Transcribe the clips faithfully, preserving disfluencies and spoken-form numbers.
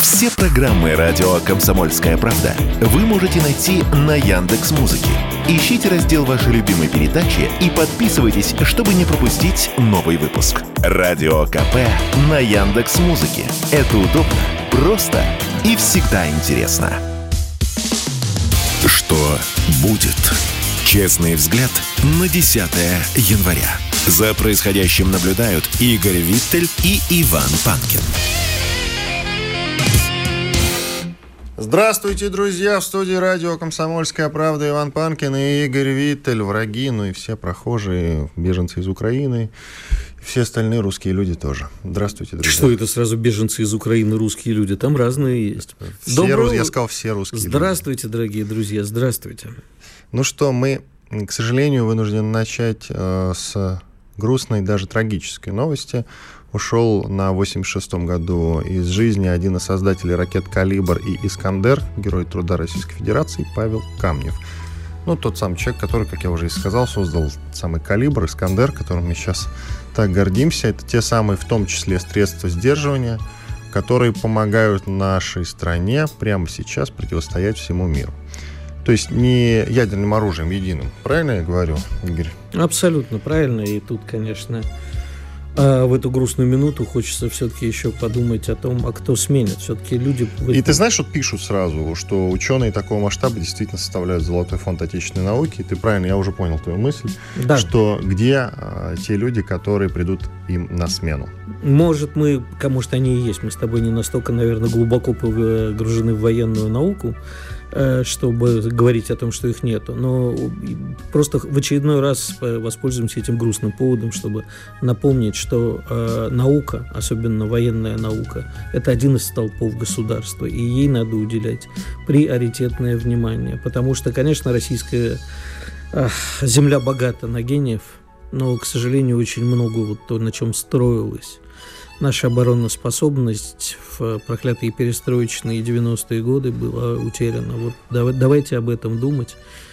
Все программы радио «Комсомольская правда» вы можете найти на Яндекс.Музыке. Ищите раздел вашей любимой передачи и подписывайтесь, чтобы не пропустить новый выпуск. Радио КП на Яндекс.Музыке. Это удобно, просто и всегда интересно. Что будет? Честный взгляд на десятое января. За происходящим наблюдают Игорь Виттель и Иван Панкин. Здравствуйте, друзья! В студии радио «Комсомольская правда» Иван Панкин и Игорь Виттель, враги, ну и все прохожие, беженцы из Украины, и все остальные русские люди тоже. Здравствуйте, друзья. Что это сразу беженцы из Украины, русские люди? Там разные есть. Все, Доброго... Я сказал, все русские Здравствуйте, люди. Дорогие друзья, здравствуйте. Ну что, мы, к сожалению, вынуждены начать э, с грустной, даже трагической новости. Ушел на восемьдесят шестом году из жизни один из создателей ракет «Калибр» и «Искандер», герой труда Российской Федерации, Павел Камнев. Ну, тот самый человек, который, как я уже и сказал, создал самый «Калибр», «Искандер», которым мы сейчас так гордимся. Это те самые, в том числе, средства сдерживания, которые помогают нашей стране прямо сейчас противостоять всему миру. То есть не ядерным оружием единым. Правильно я говорю, Игорь? Абсолютно правильно. И тут, конечно... А в эту грустную минуту хочется все-таки еще подумать о том, а кто сменит. Все-таки люди... И ты знаешь, вот пишут сразу, что ученые такого масштаба действительно составляют золотой фонд отечественной науки. Ты правильно, я уже понял твою мысль, да. Что где а, те люди, которые придут им на смену? Может, мы, может, они и есть. Мы с тобой не настолько, наверное, глубоко погружены в военную науку, чтобы говорить о том, что их нету. Но просто в очередной раз воспользуемся этим грустным поводом, чтобы напомнить, что э, наука, особенно военная наука, это один из столпов государства, и ей надо уделять приоритетное внимание. Потому что, конечно, российская э, земля богата на гениев, но, к сожалению, очень много вот то, на чем строилась наша обороноспособность в проклятые перестроечные девяностые годы была утеряна. Вот давайте об этом думать.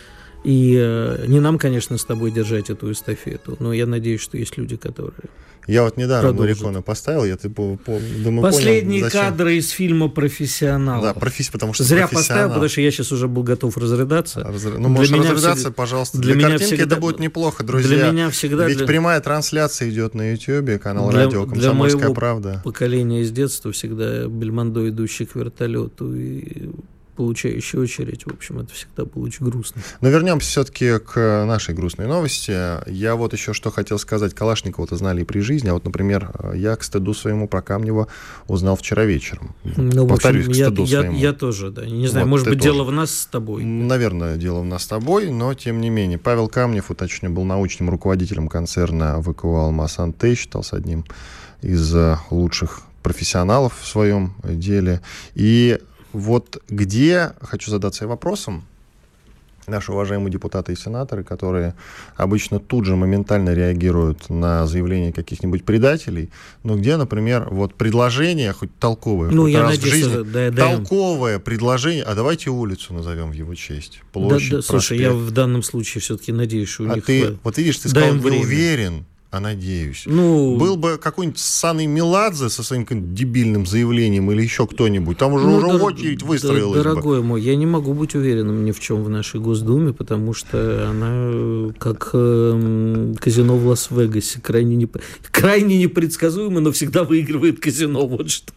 И э, не нам, конечно, с тобой держать эту эстафету, но я надеюсь, что есть люди, которые... Я вот недавно Марикона поставил, я ты, по, по, думаю, Последние понял, зачем... кадры из фильма «Профессионал». Да, профессия, потому что зря поставил, потому что я сейчас уже был готов разрыдаться. Разр... Ну, можешь разрыдаться, всегда... пожалуйста. Для, для картинки всегда... это будет неплохо, друзья. Для меня всегда... Ведь для... прямая трансляция идет на Ютьюбе, канал для... радио «Комсомольская правда». Для поколения из детства всегда Бельмондо, идущий к вертолету, и... получающий очередь, в общем, это всегда было очень грустно. Но вернемся все-таки к нашей грустной новости. Я вот еще что хотел сказать. Калашникова-то знали и при жизни, а вот, например, я к стыду своему про Камнева узнал вчера вечером. Ну, Повторюсь, в общем, к стыду я, своему. Я, я тоже, да. Не знаю, вот может быть, тоже. Дело в нас с тобой. Наверное, дело в нас с тобой, но тем не менее. Павел Камнев, уточню, был научным руководителем концерна ВКО «Алмаз-Антей», считался одним из лучших профессионалов в своем деле. И вот где, хочу задаться и вопросом, наши уважаемые депутаты и сенаторы, которые обычно тут же моментально реагируют на заявления каких-нибудь предателей, но где, например, вот предложение, хоть толковое, ну, хоть я раз надеюсь, в жизни, что, да, толковое да, предложение, а давайте улицу назовем в его честь. Площадь, да, да, слушай, я в данном случае все-таки надеюсь, что у а них... ты, вот видишь, ты сказал, не уверен. А надеюсь. Ну, был бы какой-нибудь Саный Меладзе со своим дебильным заявлением или еще кто-нибудь, там уже, ну, уже да, очередь выстроилась да, дорогой бы. мой, я не могу быть уверенным ни в чем в нашей Госдуме, потому что она как э, казино в Лас-Вегасе, крайне, не, крайне непредсказуемо, но всегда выигрывает казино. Вот что.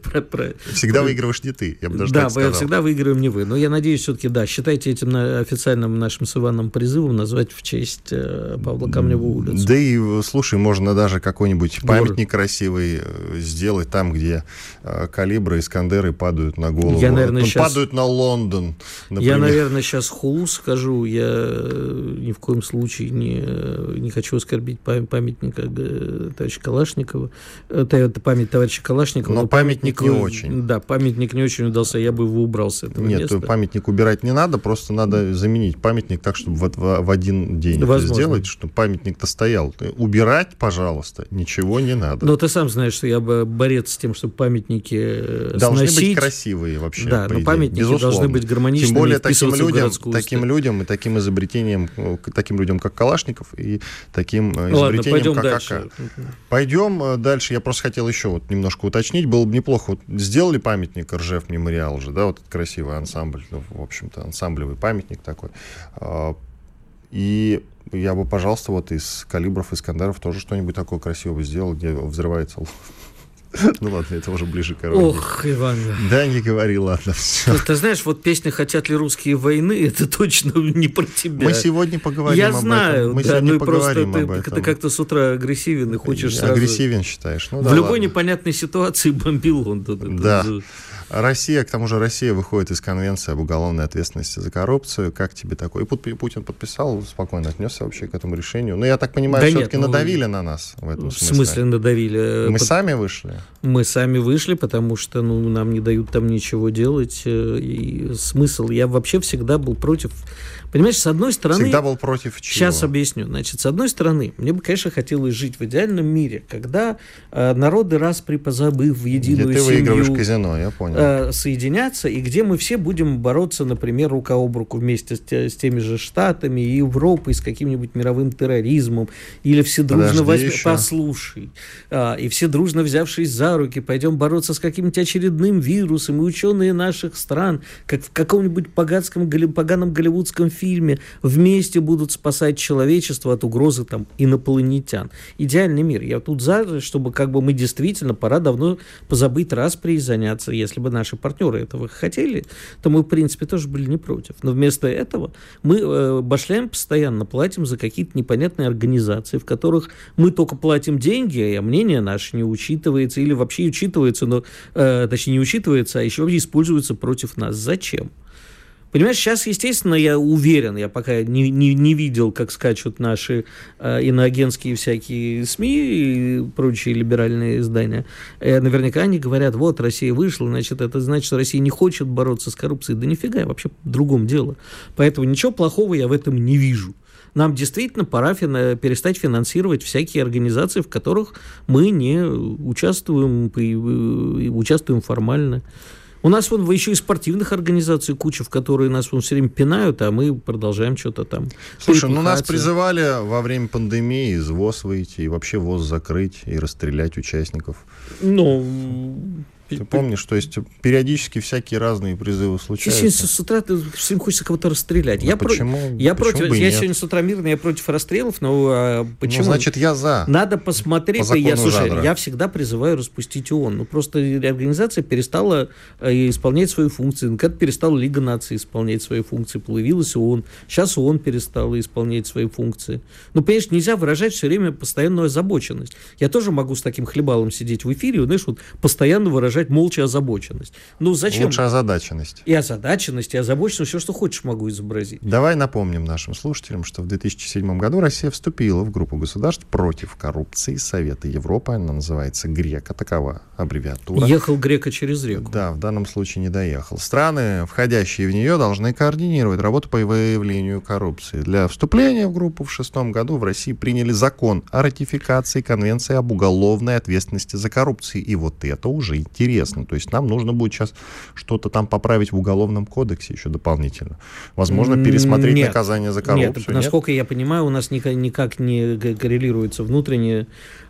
Всегда выигрываешь не ты, я бы даже так сказал. Да, всегда выигрываем не вы. Но я надеюсь, все-таки, да, считайте этим официальным нашим с Иваном призывом назвать в честь э, Павла Камнева улицу. Да и слушай, можно даже какой-нибудь памятник красивый сделать там, где э, калибры, искандеры падают на голову. Я, наверное, ну, сейчас... Падают на Лондон, например. Я, наверное, сейчас хулу скажу. Я ни в коем случае не, не хочу оскорбить памятника товарища Калашникова. Это память товарища Калашникова. Но, но памятник, памятник не очень. Да, памятник не очень удался. Я бы его убрал с этого Нет, места. Нет, памятник убирать не надо. Просто надо заменить памятник так, чтобы в, в, в один день это сделать, чтобы памятник-то стоял. Убить убирать, пожалуйста, ничего не надо. Но ты сам знаешь, что я борец с тем, чтобы памятники должны сносить. быть красивые вообще. Да, но памятники безусловно. должны быть гармоничными. Тем более таким людям, в таким людям и таким изобретением, таким людям, как Калашников, и таким изобретением, Ладно, как АК. Пойдем дальше. Я просто хотел еще вот немножко уточнить. Было бы неплохо. Вот сделали памятник Ржев Мемориал же, да, вот этот красивый ансамбль, ну, в общем-то, ансамблевый памятник такой. И я бы, пожалуйста, вот из калибров Искандаров тоже что-нибудь такое красивое сделал, где взрывается... Ну ладно, это уже ближе к иронии. Ох, Иван. Да, не говори, ладно, все. Ты, ты знаешь, вот песня «Хотят ли русские войны» — это точно не про тебя. Мы сегодня поговорим Я об знаю, этом. Мы да, сегодня ну поговорим просто об ты, этом. ты как-то с утра агрессивен и хочешь сразу... Агрессивен считаешь? Ну, в да, любой ладно. непонятной ситуации бомбил он. Да. Россия, к тому же Россия выходит из конвенции об уголовной ответственности за коррупцию. Как тебе такое? И Путин подписал, спокойно отнесся вообще к этому решению. Но я так понимаю, да все-таки нет, надавили ну, на нас в этом в смысле. В смысле надавили? Мы Под... сами вышли? Мы сами вышли, потому что ну, нам не дают там ничего делать. И смысл? Я вообще всегда был против... Понимаешь, с одной стороны... Всегда был против чего? Сейчас объясню. Значит, с одной стороны, мне бы, конечно, хотелось жить в идеальном мире, когда э, народы, распри позабыв в единую где ты семью... выигрываешь казино, я понял. Э, соединятся, и где мы все будем бороться, например, рука об руку вместе с, те, с теми же Штатами и Европой, с каким-нибудь мировым терроризмом, или все дружно... Возьм... Послушай. А, и все дружно, взявшись за руки, пойдем бороться с каким-нибудь очередным вирусом, и ученые наших стран, как в каком-нибудь поганском, поганом голливудском фильме, фильме вместе будут спасать человечество от угрозы там инопланетян. Идеальный мир. Я тут за, чтобы как бы мы действительно пора давно позабыть распри и заняться. Если бы наши партнеры этого хотели, то мы, в принципе, тоже были не против. Но вместо этого мы э, башляем постоянно, платим за какие-то непонятные организации, в которых мы только платим деньги, а мнение наше не учитывается, или вообще учитывается, но, э, точнее, не учитывается, а еще используется против нас. Зачем? Понимаешь, сейчас, естественно, я уверен, я пока не, не, не видел, как скачут наши э, иноагентские всякие СМИ и прочие либеральные издания. Э, наверняка они говорят, вот, Россия вышла, значит, это значит, что Россия не хочет бороться с коррупцией. Да нифига, вообще в другом дело. Поэтому ничего плохого я в этом не вижу. Нам действительно пора фина- перестать финансировать всякие организации, в которых мы не участвуем, и, и участвуем формально. У нас вон еще и спортивных организаций куча, в которые нас вон все время пинают, а мы продолжаем что-то там. Слушай, ну нас призывали во время пандемии из ВОЗ выйти и вообще ВОЗ закрыть и расстрелять участников. Ну... Ты помнишь, то есть периодически всякие разные призывы случаются. Сегодня с утра ты, всем хочется кого-то расстрелять. Ну, я почему? Про... Я, почему против... я сегодня с утра мирный, я против расстрелов, но а, почему? Ну, значит, я за. Надо посмотреть. По я, слушай, жанра. я всегда призываю распустить ООН. Ну, просто организация перестала э, исполнять свои функции. Когда перестала Лига наций исполнять свои функции, появилась ООН. Сейчас ООН перестала исполнять свои функции. Ну, понимаешь, нельзя выражать все время постоянную озабоченность. Я тоже могу с таким хлебалом сидеть в эфире и, знаешь, вот постоянно выражать молча озабоченность. Ну, зачем? Лучше озадаченность. И озадаченность, и озабоченность, все, что хочешь, могу изобразить. Давай напомним нашим слушателям, что в две тысячи седьмом году Россия вступила в группу государств против коррупции Совета Европы. Она называется ГРЕКО, такова аббревиатура. Ехал Грека через реку. Да, в данном случае не доехал. Страны, входящие в нее, должны координировать работу по выявлению коррупции. Для вступления в группу в шестом году в России приняли закон о ратификации Конвенции об уголовной ответственности за коррупцию. И вот это уже интересно. То есть нам нужно будет сейчас что-то там поправить в Уголовном кодексе еще дополнительно. Возможно, пересмотреть нет, наказание за коррупцию. Нет, насколько нет? Я понимаю, у нас никак, никак не коррелируется внутреннее,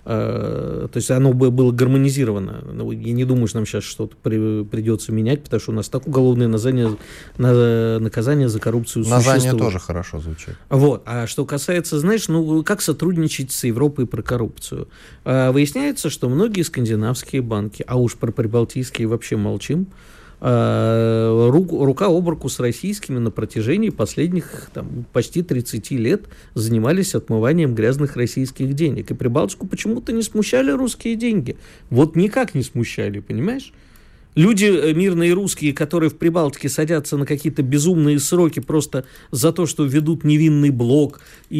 э, то есть оно было гармонизировано. Я не думаю, что нам сейчас что-то при, придется менять, потому что у нас так уголовное наказание, на, наказание за коррупцию наказание существует. Тоже хорошо звучит. Вот. А что касается, знаешь, ну как сотрудничать с Европой про коррупцию? А, выясняется, что многие скандинавские банки, а уж про прибалтийские вообще молчим, а, руку, рука об руку с российскими на протяжении последних там, почти тридцати лет занимались отмыванием грязных российских денег. И Прибалтику почему-то не смущали русские деньги. Вот никак не смущали, понимаешь? Люди мирные русские, которые в Прибалтике садятся на какие-то безумные сроки просто за то, что ведут невинный блог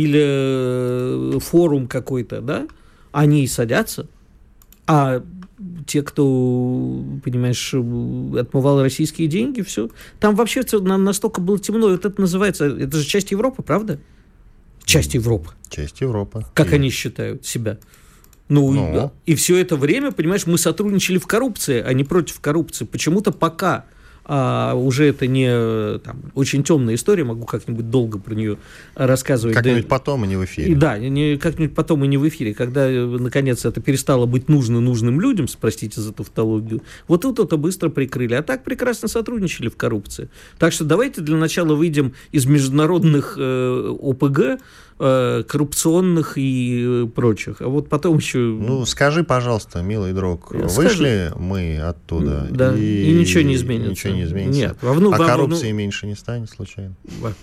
или форум какой-то, да, они и садятся. А те, кто, понимаешь, отмывал российские деньги, все. Там вообще настолько было темно. Вот это называется, это же часть Европы, правда? Часть Европы. Часть Европы. Как и... они считают себя. Ну, ну. И, и все это время, понимаешь, мы сотрудничали в коррупции, а не против коррупции. Почему-то пока а, уже это не там, очень темная история, могу как-нибудь долго про нее рассказывать. Как-нибудь да, потом и не в эфире. И, да, не, как-нибудь потом и не в эфире. Когда, наконец, это перестало быть нужно нужным людям, простите за тавтологию, вот тут это быстро прикрыли. А так прекрасно сотрудничали в коррупции. Так что давайте для начала выйдем из международных э, ОПГ, коррупционных и прочих. А вот потом еще... Ну, скажи, пожалуйста, милый друг, Скажи. Вышли мы оттуда, да, и... и ничего не изменится. Ничего не изменится. Нет. Вовну, а вовну... коррупции меньше не станет, случайно?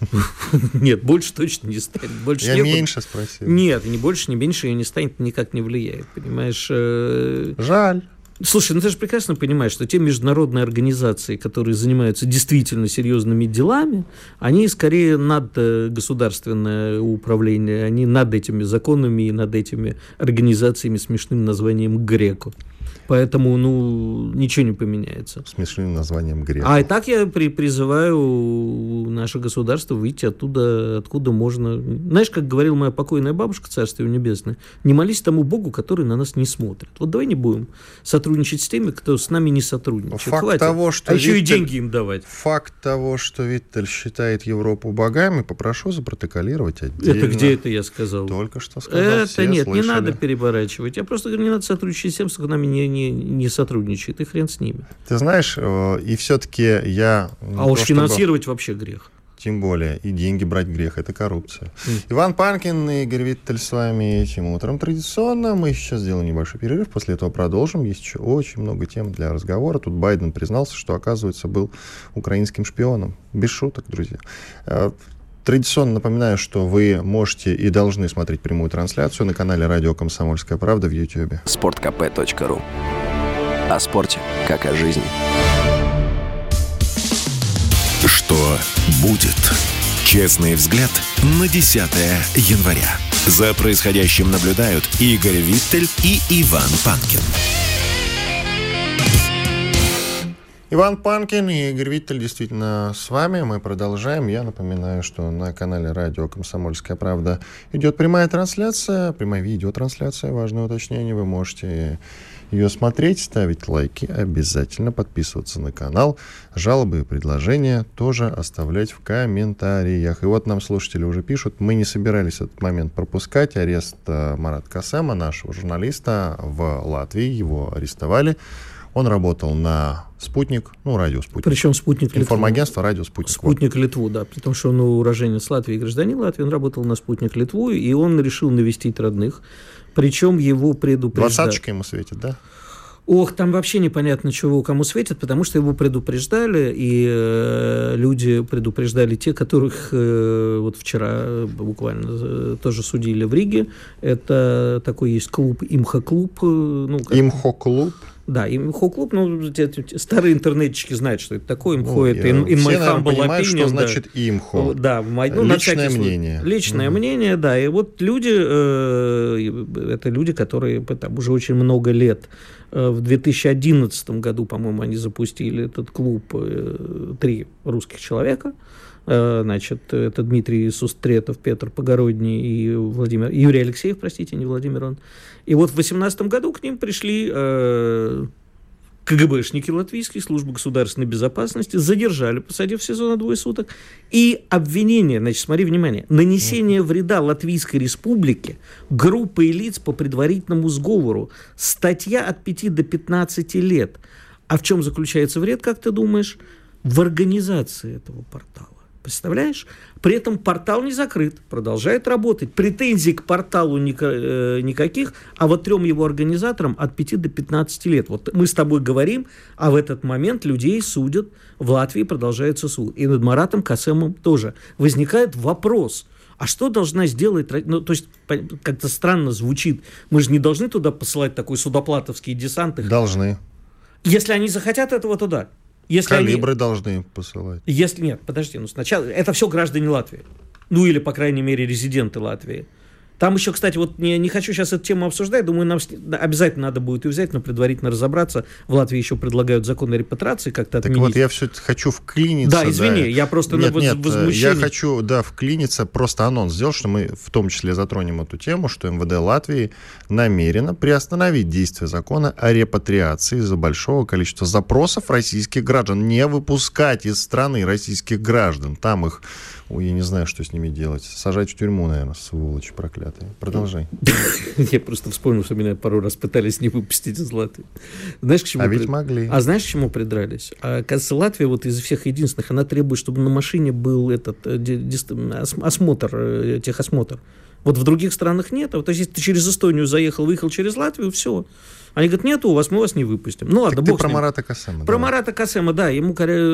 Нет, больше точно не станет. Больше Я не меньше спросил. Нет, ни больше, ни меньше ее не станет, никак не влияет. Понимаешь? Жаль. Слушай, ну ты же прекрасно понимаешь, что те международные организации, которые занимаются действительно серьезными делами, они скорее над государственное управление, они над этими законами и над этими организациями с смешным названием «Греко». Поэтому, ну, ничего не поменяется. Смешным названием «Греко». А и так я при, призываю наше государство выйти оттуда, откуда можно. Знаешь, как говорила моя покойная бабушка, царствие небесное, не молись тому Богу, который на нас не смотрит. Вот давай не будем сотрудничать с теми, кто с нами не сотрудничает. Факт Хватит. того, что а еще Виттель... и деньги им давать. Факт того, что Виттель считает Европу богами, попрошу запротоколировать отдельно. Это где это я сказал? Только что сказал. Это все нет, слышали. Не надо переворачивать. Я просто говорю, не надо сотрудничать с тем, кто с нами не, не, не сотрудничает, и хрен с ними. Ты знаешь, и все-таки я... А уж финансировать чтобы... вообще грех. Тем более, и деньги брать грех, это коррупция. Mm. Иван Панкин и Игорь Виттель с вами этим утром традиционно. Мы сейчас сделаем небольшой перерыв, после этого продолжим. Есть еще очень много тем для разговора. Тут Байден признался, что, оказывается, был украинским шпионом. Без шуток, друзья. Традиционно напоминаю, что вы можете и должны смотреть прямую трансляцию на канале «Радио Комсомольская правда» в Ютьюбе. спорт ка пэ точка ру. О спорте, как о жизни. Что будет? Честный взгляд на десятое января. За происходящим наблюдают Игорь Виттель и Иван Панкин. Иван Панкин и Игорь Виттель действительно с вами. Мы продолжаем. Я напоминаю, что на канале «Радио Комсомольская правда» идет прямая трансляция, прямая видеотрансляция, важное уточнение. Вы можете ее смотреть, ставить лайки, обязательно подписываться на канал. Жалобы и предложения тоже оставлять в комментариях. И вот нам слушатели уже пишут, мы не собирались этот момент пропускать. Арест Марата Касема, нашего журналиста, в Латвии. Его арестовали. Он работал на «Спутник», ну, радио «Спутник». Причем «Спутник Литву». Информагентство «Радио Спутник». «Спутник Литву», да. При том, что он уроженец Латвии и гражданин Латвии, он работал на «Спутник Литву», и он решил навестить родных. Причем его предупреждали. Двадцаточка ему светит, да? Ох, там вообще непонятно, чего кому светит, потому что его предупреждали, и э, люди предупреждали те, которых э, вот вчера буквально э, тоже судили в Риге. Это такой есть клуб, имхо-клуб. Э, ну, как... Имхо-клуб? Да, имхо-клуб, ну, те, те, старые интернетчики знают, что это такое. Имхо ну, это in, in все, my наверное, humble понимают, opinion, что значит да. имхо. Да, ну, личное мнение. Личное угу. мнение, да. И вот люди, э, это люди, которые там уже очень много лет. В две тысячи одиннадцатом году, по-моему, они запустили этот клуб э, «Три русских человека». Э, значит, это Дмитрий Сустретов, Петр Погородний и Владимир... Юрий Алексеев, простите, не Владимир он. И вот в восемнадцатом году к ним пришли э, КГБшники латвийские, службы государственной безопасности, задержали, посадив в СИЗО на двое суток. И обвинение, значит, смотри, внимание, нанесение вреда Латвийской Республике группой лиц по предварительному сговору. Статья от пяти до пятнадцати лет. А в чем заключается вред, как ты думаешь? В организации этого портала. Представляешь? При этом портал не закрыт, продолжает работать. Претензий к порталу никаких, а вот трем его организаторам от пяти до пятнадцати лет. Вот мы с тобой говорим, а в этот момент людей судят. В Латвии продолжается суд. И над Маратом Касемом тоже. Возникает вопрос, а что должна сделать... Ну, то есть, как-то странно звучит. Мы же не должны туда посылать такой судоплатовский десант. Должны. Если они захотят этого, то да. Если Калибры они... должны посылать. Если нет, подожди, ну сначала это все граждане Латвии, ну или по крайней мере резиденты Латвии. Там еще, кстати, вот не, не хочу сейчас эту тему обсуждать, думаю, нам обязательно надо будет и взять, но предварительно разобраться. В Латвии еще предлагают закон о репатриации как-то отменить. Так вот, я все это хочу вклиниться. Да, извини, да. я просто нет, на нет, возмущение. Я хочу, да, вклиниться, просто анонс сделать, что мы в том числе затронем эту тему, что эм вэ дэ Латвии намерено приостановить действие закона о репатриации из-за большого количества запросов российских граждан. Не выпускать из страны российских граждан. Там их, ой, я не знаю, что с ними делать. Сажать в тюрьму, наверное, сволочи проклятые. Продолжай. Я просто вспомнил, что меня пару раз пытались не выпустить из Латвии. Знаешь, к чему а ведь прид... могли. А знаешь, к чему придрались? А, кажется, Латвия вот из всех единственных, она требует, чтобы на машине был этот осмотр, техосмотр. Вот в других странах нет. А вот если ты через Эстонию заехал, выехал через Латвию, все. Они говорят, нет у вас, мы вас не выпустим. Ну ладно, так бог ты с про ним. Марата Касема. Про да. Марата Касема, да, ему...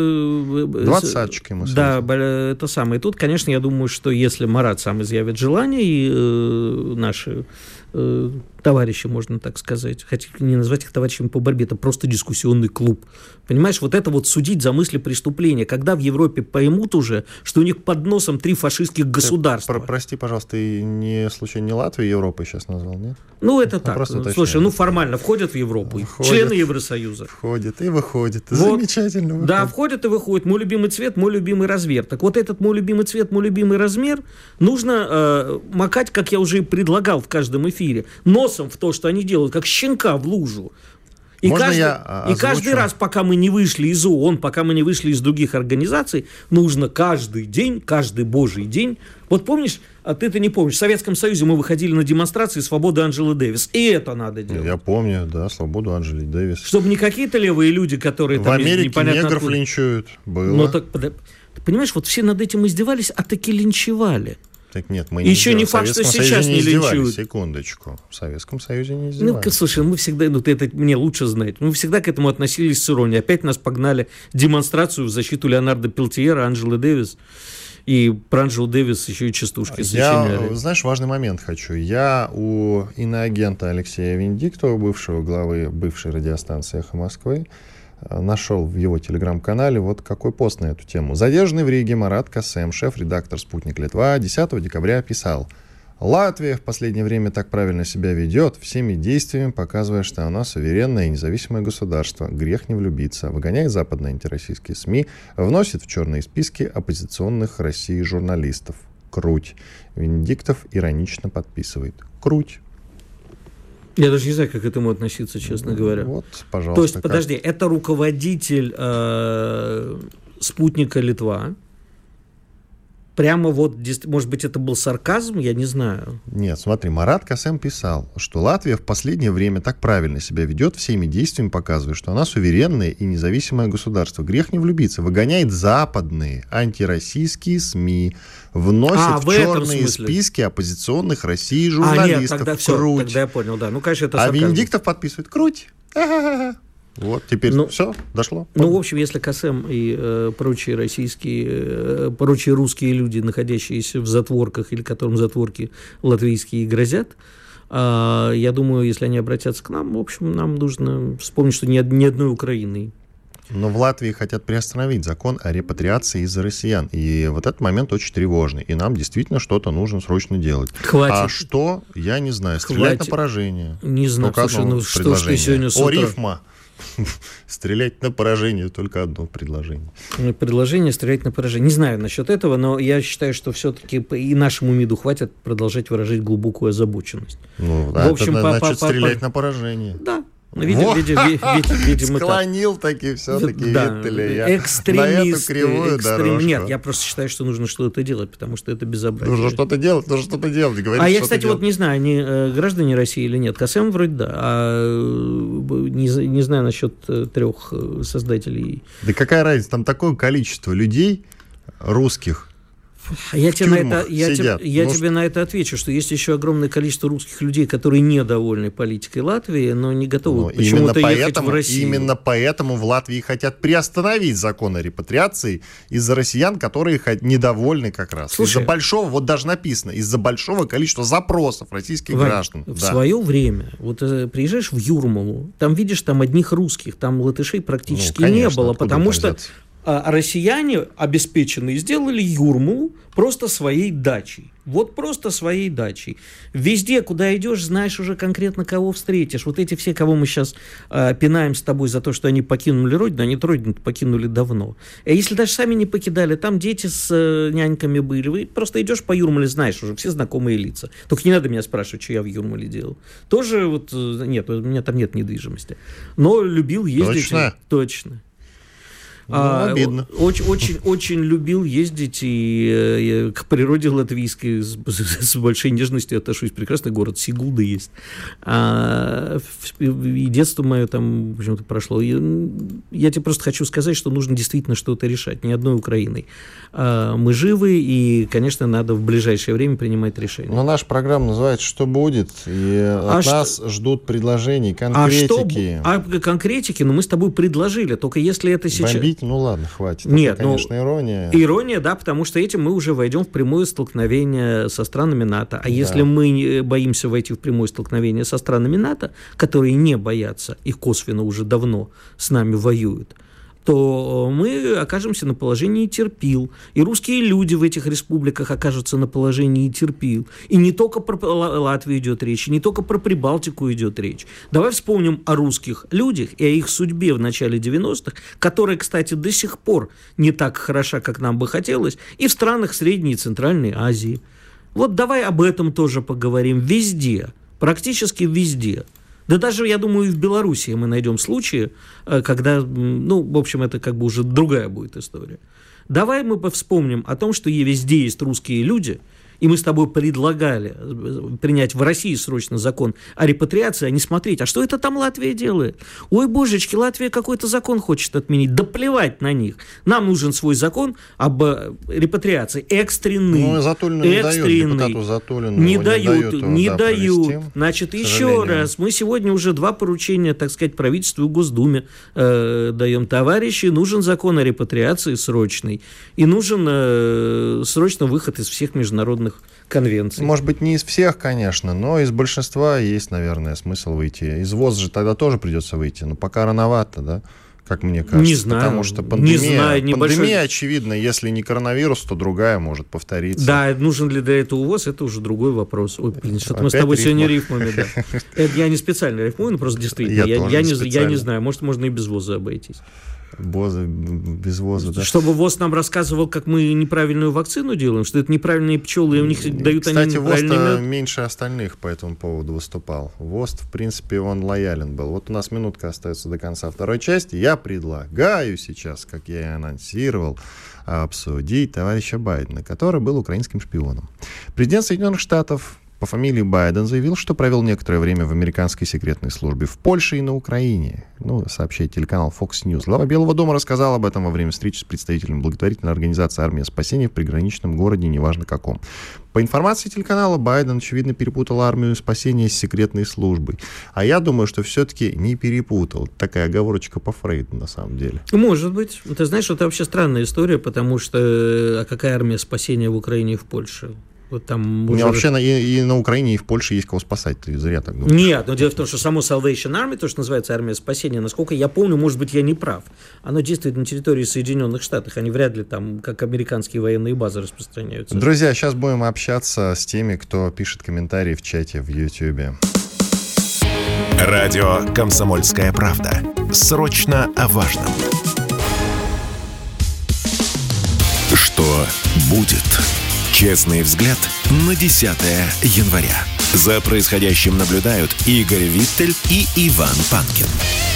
Двадцатчик ему Да, сразу. это самое. И тут, конечно, я думаю, что если Марат сам изъявит желание, и э, наши э, товарищи, можно так сказать, хотя не назвать их товарищами по борьбе, это просто дискуссионный клуб. Понимаешь, вот это вот судить за мысли преступления, когда в Европе поймут уже, что у них под носом три фашистских государства. Про- прости, пожалуйста, ты не случайно не Латвию Европой сейчас назвал, нет? Ну, это Ну, так. просто уточняю. Слушай, ну формально входят в Европу, Входят. члены Евросоюза. Входит и выходит. Вот. Замечательно. Выходит. Да, входит и выходит. Мой любимый цвет, мой любимый размер. Так вот этот мой любимый цвет, мой любимый размер нужно э, макать, как я уже и предлагал в каждом эфире, носом в то, что они делают, как щенка в лужу. И, Можно каждый, я и каждый раз, пока мы не вышли из ООН, пока мы не вышли из других организаций, нужно каждый день, каждый божий день. Вот помнишь, а ты-то не помнишь, в Советском Союзе мы выходили на демонстрации свободы Анджелы Дэвис. И это надо делать. Я помню, да, свободу Анджели Дэвис. Чтобы не какие-то левые люди, которые В там Америке непонятно негров откуда. линчуют. Было. Ну, так, ты понимаешь, вот все над этим издевались, а таки линчевали. Так нет, мы Еще не не издевались. факт, В Советском что сейчас Союзе не издевались. линчуют. Секундочку. В Советском Союзе не Ну, издевались. слушай, мы всегда, ну, ты это мне лучше знать, мы всегда к этому относились с иронией. Опять нас погнали демонстрацию в защиту Леонардо Пелтиера, Анджелы Дэвис. И про Анджелу Дэвис еще и частушки сочиняли. Я, знаешь, важный момент хочу. Я у иноагента Алексея Венедиктова, бывшего главы бывшей радиостанции «Эхо Москвы», нашел в его телеграм-канале вот какой пост на эту тему. Задержанный в Риге Марат Касем, шеф-редактор «Спутник Литва», десятого декабря писал: «Латвия в последнее время так правильно себя ведет, всеми действиями показывая, что она суверенное и независимое государство. Грех не влюбиться. Выгоняет западные антироссийские СМИ, вносит в черные списки оппозиционных России журналистов. Круть». Венедиктов иронично подписывает. Круть. Я даже не знаю, как к этому относиться, честно говоря. Вот, пожалуйста. То есть, как... подожди, это руководитель э, «Спутника Литва». Прямо вот, может быть, это был сарказм, я не знаю. Нет, смотри, Марат Касем писал, что Латвия в последнее время так правильно себя ведет, всеми действиями показывая, что она суверенное и независимое государство. Грех не влюбиться. Выгоняет западные антироссийские СМИ, вносит а, в, в черные списки оппозиционных России журналистов. А, нет, тогда все, Круть. тогда я понял, да. Ну, конечно, это а сарказм. Венедиктов подписывает. Круть. Ха-ха-ха. Вот, теперь ну, все, дошло. Ну, в общем, если Касем и э, прочие российские, э, прочие русские люди, находящиеся в затворках или которым затворки латвийские грозят, э, я думаю, если они обратятся к нам, в общем, нам нужно вспомнить, что ни, ни одной Украины. Но в Латвии хотят приостановить закон о репатриации из-за россиян. И вот этот момент очень тревожный. И нам действительно что-то нужно срочно делать. Хватит. А что, я не знаю. Стрелять Хватит. на поражение. Не знаю, Только слушай, одно ну что ж ты сегодня с О, утра... рифма. Стрелять на поражение, только одно предложение. Предложение стрелять на поражение. Не знаю насчет этого, но я считаю, что все-таки и нашему МИДу хватит продолжать выражать глубокую озабоченность. Ну, в общем, это по, значит по, стрелять по... на поражение. Да. Видимо, видимо, видимо, склонил таки все-таки да, Виттеля. Экстремист, на эту кривую экстрем... дорожку. Нет, я просто считаю, что нужно что-то делать, потому что это безобразие. Нужно что-то делать, нужно что-то делать. Говорить, а я, что-то кстати, делать. вот не знаю, они э, граждане России или нет. Касем вроде да, а не, не знаю насчет э, трех создателей. Да какая разница, там такое количество людей русских. Я, тебе на, это, я, сидят. тебе, я ну, тебе на это отвечу, что есть еще огромное количество русских людей, которые недовольны политикой Латвии, но не готовы ну, почему-то именно ехать поэтому, в Россию. Именно поэтому в Латвии хотят приостановить закон о репатриации из-за россиян, которые недовольны как раз. Слушай, из-за большого, вот даже написано, из-за большого количества запросов российских Вань, граждан. В да. свое время, вот э, приезжаешь в Юрмалу, там видишь там одних русских, там латышей практически ну, конечно, не было, потому что... взяться? А россияне обеспеченные сделали Юрмалу просто своей дачей. Вот просто своей дачей. Везде, куда идешь, знаешь уже конкретно, кого встретишь. Вот эти все, кого мы сейчас э, пинаем с тобой за то, что они покинули родину, они родину покинули давно. А если даже сами не покидали, там дети с э, няньками были. Вы просто идешь по Юрмале, знаешь уже все знакомые лица. Только не надо меня спрашивать, что я в Юрмале делал. Тоже вот, э, нет, у меня там нет недвижимости. Но любил ездить. Точно? Точно. Ну, а, обидно. Очень, очень, очень любил ездить и, и к природе латвийской с, с большой нежностью отношусь. Прекрасный город, Сигулда есть. А, и детство мое там, в общем-то, прошло. И, я тебе просто хочу сказать, что нужно действительно что-то решать, не одной Украиной. А, мы живы, и, конечно, надо в ближайшее время принимать решения. Но наша программа называется «Что будет?», и от а нас что... ждут предложений, конкретики. А, что... а конкретики, ну, мы с тобой предложили, только если это сейчас... Бомбить? Ну ладно, хватит. Нет, это, конечно, ну, ирония. Ирония, да, потому что этим мы уже войдем в прямое столкновение со странами НАТО. А да. Если мы боимся войти в прямое столкновение со странами НАТО, которые не боятся, их косвенно уже давно с нами воюют, то мы окажемся на положении терпил. И русские люди в этих республиках окажутся на положении терпил. И не только про Латвию идет речь, и не только про Прибалтику идет речь. Давай вспомним о русских людях и о их судьбе в начале девяностых, которая, кстати, до сих пор не так хороша, как нам бы хотелось, и в странах Средней и Центральной Азии. Вот давай об этом тоже поговорим. Везде, практически везде. Да даже, я думаю, и в Белоруссии мы найдем случаи, когда, ну, в общем, это как бы уже другая будет история. Давай мы вспомним о том, что везде есть русские люди, и мы с тобой предлагали принять в России срочно закон о репатриации, а не смотреть, а что это там Латвия делает? Ой, божечки, Латвия какой-то закон хочет отменить. Да плевать на них. Нам нужен свой закон об репатриации. Экстренный. Ну, Затулину не дают, депутату Затулину не дают, не, не да, дают. провести, Значит, еще раз, мы сегодня уже два поручения, так сказать, правительству и Госдуме э, даем. Товарищи, нужен закон о репатриации срочный. И нужен э, срочно выход из всех международных конвенций. Может быть, не из всех, конечно, но из большинства есть, наверное, смысл выйти. Из ВОЗ же тогда тоже придется выйти, но пока рановато, да, как мне кажется. Не знаю. Потому что пандемия, не знаю, небольшой... пандемия, очевидно, если не коронавирус, то другая может повториться. Да, нужен ли для этого ВОЗ, это уже другой вопрос. Ой, блин, что-то мы с тобой рифма. сегодня рифмами, да. Это я не специально рифмую, но просто действительно, я, я, я, не, я не знаю, может, можно и без ВОЗа обойтись. Боза, без ВОЗа, да. Чтобы ВОЗ нам рассказывал, как мы неправильную вакцину делаем, что это неправильные пчелы, и у них дают Кстати, они неправильный ВОЗ-то мед. меньше остальных по этому поводу выступал. ВОЗ, в принципе, он лоялен был. Вот у нас минутка остается до конца второй части. Я предлагаю сейчас, как я и анонсировал, обсудить товарища Байдена, который был украинским шпионом. Президент Соединенных Штатов по фамилии Байден заявил, что провел некоторое время в американской секретной службе в Польше и на Украине. Ну, сообщает телеканал Fox News. Глава Белого дома рассказал об этом во время встречи с представителем благотворительной организации «Армия спасения» в приграничном городе, неважно каком. По информации телеканала, Байден, очевидно, перепутал армию спасения с секретной службой. А я думаю, что все-таки не перепутал. Такая оговорочка по Фрейду, на самом деле. Может быть. Ты знаешь, это вообще странная история, потому что а какая армия спасения в Украине и в Польше? Вот там У меня уже... вообще на, и, и на Украине, и в Польше есть кого спасать. Ты зря так думаешь. Нет, но дело в том, что само Salvation Army, то, что называется армия спасения, насколько я помню, может быть, я не прав, оно действует на территории Соединенных Штатов, они вряд ли там, как американские военные базы, распространяются. Друзья, сейчас будем общаться с теми, кто пишет комментарии в чате в Ютьюбе. Радио «Комсомольская правда». Срочно о важном. Что будет? Честный взгляд на десятое января. За происходящим наблюдают Игорь Виттель и Иван Панкин.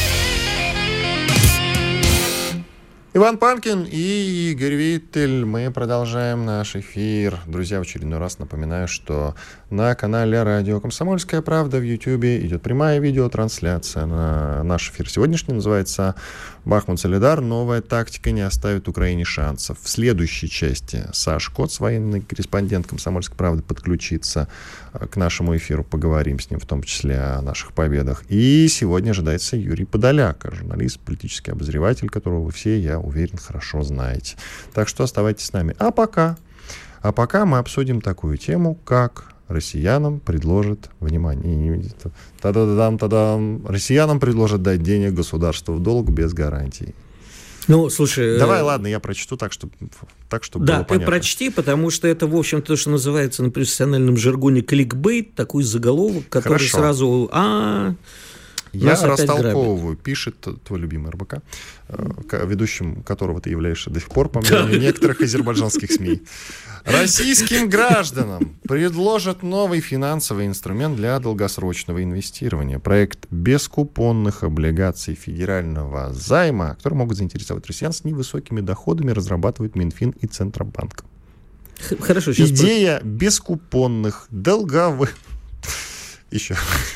Иван Панкин и Игорь Виттель. Мы продолжаем наш эфир. Друзья, в очередной раз напоминаю, что на канале радио «Комсомольская правда» в Ютьюбе идет прямая видеотрансляция. На наш эфир сегодняшний называется «Бахмут-Солидар. Новая тактика не оставит Украине шансов». В следующей части Саш Коц, военный корреспондент «Комсомольской правды», подключится к нашему эфиру. Поговорим с ним в том числе о наших победах. И сегодня ожидается Юрий Подоляк, журналист, политический обозреватель, которого вы все, я уверен, хорошо знаете. Так что оставайтесь с нами. А пока, а пока мы обсудим такую тему, как россиянам предложат, внимание, та-да-дам, та-дам, россиянам предложат дать денег государству в долг без гарантий. Ну, слушай... Давай, э... ладно, я прочту так, чтобы, так, чтобы да, было понятно. Да, ты прочти, потому что это, в общем, то, что называется на профессиональном жаргоне кликбейт, такой заголовок, который Хорошо. сразу... А, я растолковываю, пишет твой любимый эр бэ ка, ведущим которого ты являешься до сих пор, по мнению некоторых азербайджанских СМИ. Российским гражданам предложат новый финансовый инструмент для долгосрочного инвестирования. Проект бескупонных облигаций федерального займа, которые могут заинтересовать россиян с невысокими доходами, разрабатывают Минфин и Центробанк. Хорошо, сейчас... Идея бескупонных долговых... Еще...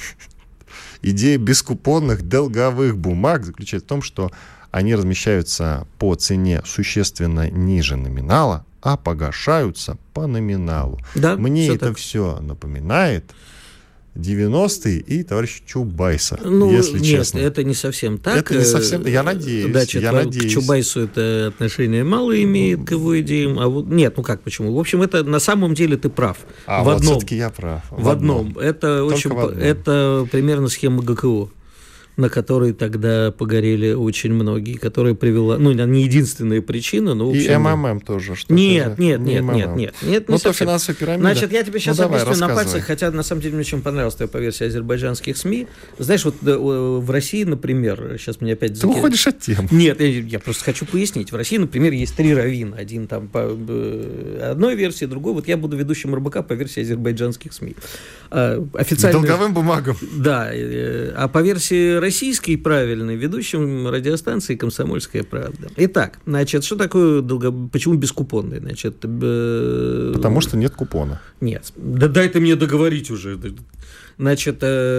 Идея бескупонных долговых бумаг заключается в том, что они размещаются по цене существенно ниже номинала, а погашаются по номиналу. Да, Мне это так. все напоминает девяностые и товарища Чубайса, ну, если нет, честно. Нет, это не совсем так. Это не совсем, я надеюсь. Да, я к надеюсь. Чубайсу это отношение мало имеет к его идеям. А вот, нет, ну как, почему? В общем, это на самом деле ты прав. А в вот одном, все-таки я прав. В, в одном. одном. Это, очень, в одном. Это примерно схема гэ ка о, на которой тогда погорели очень многие, которая привела, ну, не единственная причина, но... В общем, и эм эм эм тоже что-то. Нет, нет, нет, нет, нет, нет. Ну, то финансовая пирамида. Значит, я тебе сейчас ну, давай, объясню на пальцах, хотя, на самом деле, мне очень понравилась твоя версия азербайджанских СМИ. Знаешь, вот в России, например, сейчас мне опять... Ты закид... уходишь от темы. Нет, я, я просто хочу пояснить. В России, например, есть три раввина. Один там по одной версии, другой. Вот я буду ведущим эр бэ ка по версии азербайджанских СМИ. Официально... Долговым бумагам. Да, а по версии российской, правильно, ведущим радиостанции «Комсомольская правда». Итак, значит, что такое долго... Почему бескупонный? Значит, э... Потому что нет купона. Нет. Да дай ты мне договорить уже. Значит,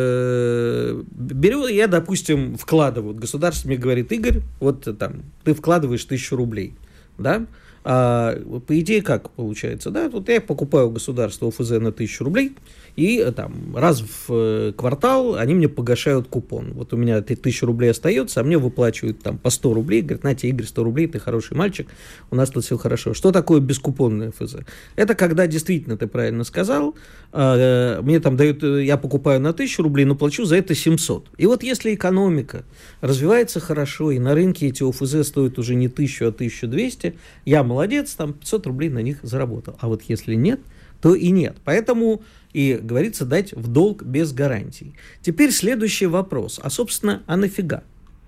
э... беру я, допустим, вкладываю. Государство мне говорит: Игорь, вот там, ты вкладываешь тысячу рублей, да? А, по идее, как получается, да? Вот я покупаю у государства о эф зэ на тысячу рублей, и там раз в квартал они мне погашают купон. Вот у меня тысяча рублей остается, а мне выплачивают там по сто рублей. Говорят: на тебе, Игорь, сто рублей, ты хороший мальчик, у нас тут все хорошо. Что такое бескупонное эф зэ? Это когда действительно, ты правильно сказал, мне там дают, я покупаю на тысячу рублей, но плачу за это семьсот. И вот если экономика развивается хорошо, и на рынке эти о эф зэ стоят уже не тысячу, а тысячу двести, я молодец, там пятьсот рублей на них заработал. А вот если нет, то и нет. Поэтому и говорится дать в долг без гарантий. Теперь следующий вопрос. А, собственно, а нафига?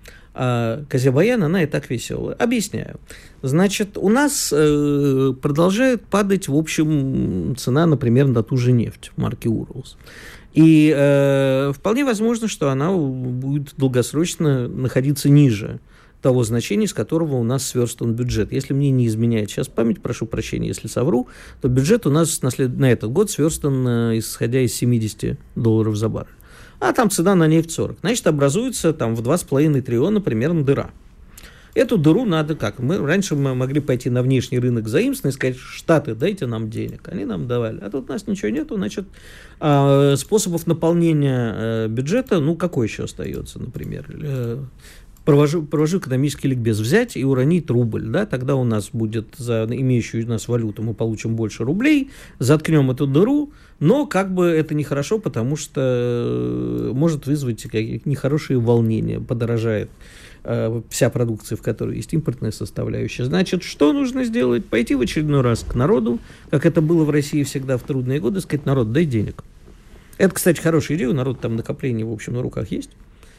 А Казебаян, она и так веселая. Объясняю. Значит, у нас э, продолжает падать, в общем, цена, например, на ту же нефть марки «Уралс». И э, вполне возможно, что она будет долгосрочно находиться ниже того значения, с которого у нас сверстан бюджет. Если мне не изменяет сейчас память, прошу прощения, если совру, то бюджет у нас на, след... на этот год сверстан, исходя из семьдесят долларов за баррель. А там цена на нефть сорок. Значит, образуется там в два с половиной триллиона примерно дыра. Эту дыру надо как? Мы раньше мы могли пойти на внешний рынок заимствований и сказать: Штаты, дайте нам денег. Они нам давали. А тут у нас ничего нету. Значит, способов наполнения бюджета, ну, какой еще остается, например? Провожу, провожу экономический ликбез. Взять и уронить рубль. Да? Тогда у нас будет за имеющую у нас валюту мы получим больше рублей, заткнем эту дыру, но как бы это нехорошо, потому что может вызвать нехорошие волнения, подорожает э, вся продукция, в которой есть импортная составляющая. Значит, что нужно сделать? Пойти в очередной раз к народу, как это было в России всегда в трудные годы, сказать: народ, дай денег. Это, кстати, хорошая идея, у народа там накопление, в общем, на руках есть.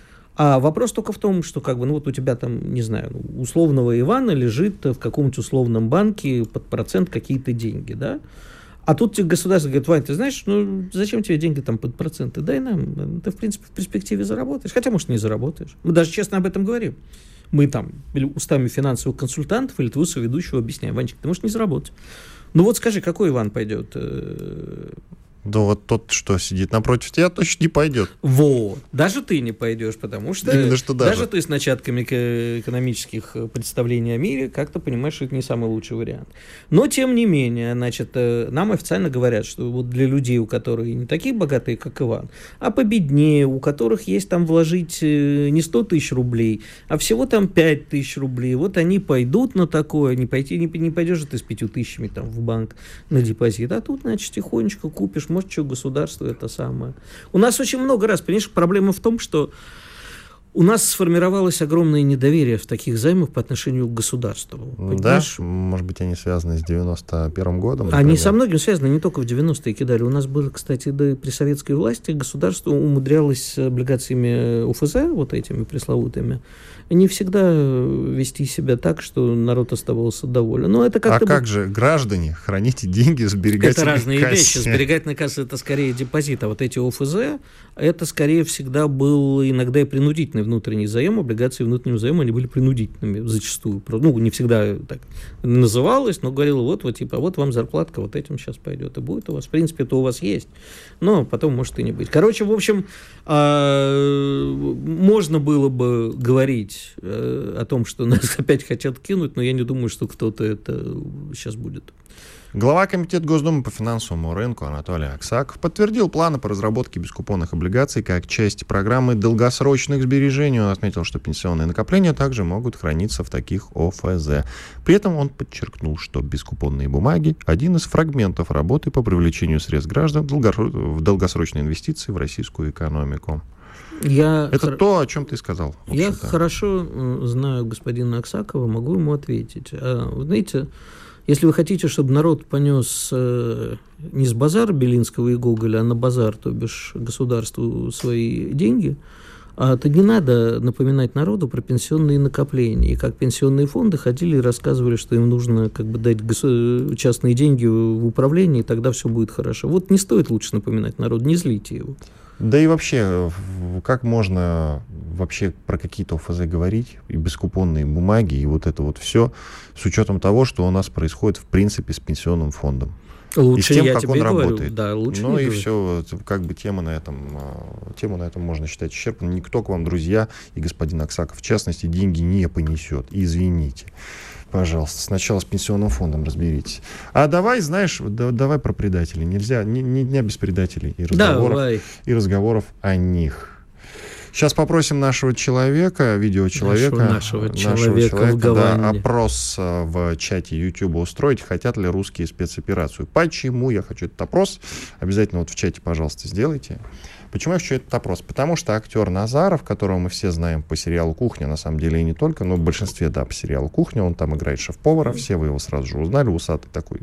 А вопрос только в том, что как бы, ну вот у тебя там, не знаю, условного Ивана лежит в каком-нибудь условном банке под процент какие-то деньги, да? А тут тебе государство говорит: Вань, ты знаешь, ну зачем тебе деньги там под проценты? Дай нам, ты в принципе в перспективе заработаешь. Хотя, может, не заработаешь. Мы даже честно об этом говорим. Мы там устами финансовых консультантов или твоего соведущего объясняем: Ванечка, ты можешь не заработать. Ну вот скажи, какой Иван пойдет? Да вот тот, что сидит напротив тебя, точно не пойдет. Вот. Даже ты не пойдешь, потому что, Именно что даже. даже ты с начатками экономических представлений о мире как-то понимаешь, что это не самый лучший вариант. Но, тем не менее, значит, нам официально говорят, что вот для людей, у которых не такие богатые, как Иван, а победнее, у которых есть там вложить не сто тысяч рублей, а всего там пять тысяч рублей, вот они пойдут на такое, не, пойти, не, не пойдешь же ты с пятью тысячами там в банк на депозит, а тут, значит, тихонечко купишь. Может, что государство это самое. У нас очень много раз, понимаешь, проблема в том, что У нас сформировалось огромное недоверие в таких займах по отношению к государству. Да, может быть, они связаны с девяносто первым годом? Например. Они со многим связаны, не только в девяностые кидали. У нас было, кстати, да, при советской власти государство умудрялось с облигациями ОФЗ, вот этими пресловутыми, не всегда вести себя так, что народ оставался доволен. Но это как-то а как бы... же, граждане, храните деньги в сберегательной кассе? Это разные кассе. вещи. Сберегательная касса — это скорее депозит, а вот эти ОФЗ, это скорее всегда был иногда и принудительный внутренний заем. Облигации внутреннего заема, они были принудительными зачастую. Ну, не всегда так называлось, но говорило, вот, вот, типа, вот вам зарплатка, вот этим сейчас пойдет и будет у вас. В принципе, это у вас есть, но потом может и не быть. Короче, в общем, можно было бы говорить о том, что нас опять хотят кинуть, но я не думаю, что кто-то это сейчас будет. Глава Комитета Госдумы по финансовому рынку Анатолий Аксаков подтвердил планы по разработке бескупонных облигаций как часть программы долгосрочных сбережений. Он отметил, что пенсионные накопления также могут храниться в таких ОФЗ. При этом он подчеркнул, что бескупонные бумаги – один из фрагментов работы по привлечению средств граждан в долгосрочные инвестиции в российскую экономику. Я Это хор... то, о чем ты сказал. Я хорошо знаю господина Аксакова, могу ему ответить. А, вы знаете, если вы хотите, чтобы народ понес э, не с базара Белинского и Гоголя, а на базар, то бишь государству, свои деньги, а, то не надо напоминать народу про пенсионные накопления. И как пенсионные фонды ходили и рассказывали, что им нужно как бы дать гос... частные деньги в управление, и тогда все будет хорошо. Вот не стоит лучше напоминать народу, не злите его. Да и вообще, как можно вообще про какие-то ОФЗ говорить, и бескупонные бумаги, и вот это вот все, с учетом того, что у нас происходит в принципе с пенсионным фондом. Лучше и с тем, я как тебе он говорю. работает. Да, лучше ну и говорю. все, как бы тема на этом, тему на этом можно считать исчерпанной. Никто к вам, друзья, и господин Аксаков, в частности, деньги не понесет. Извините. Пожалуйста, сначала с пенсионным фондом разберитесь. А давай, знаешь, да, давай про предателей. Нельзя, ни, ни дня без предателей и разговоров, давай. и разговоров о них. Сейчас попросим нашего человека, видеочеловека, нашего, нашего, нашего человека, человека да, опрос в чате YouTube устроить, хотят ли русские спецоперацию. Почему я хочу этот опрос? Обязательно вот в чате, пожалуйста, сделайте. Почему я хочу этот опрос? Потому что актер Назаров, которого мы все знаем по сериалу «Кухня», на самом деле и не только, но в большинстве, да, по сериалу «Кухня», он там играет шеф-повара, все вы его сразу же узнали, усатый такой.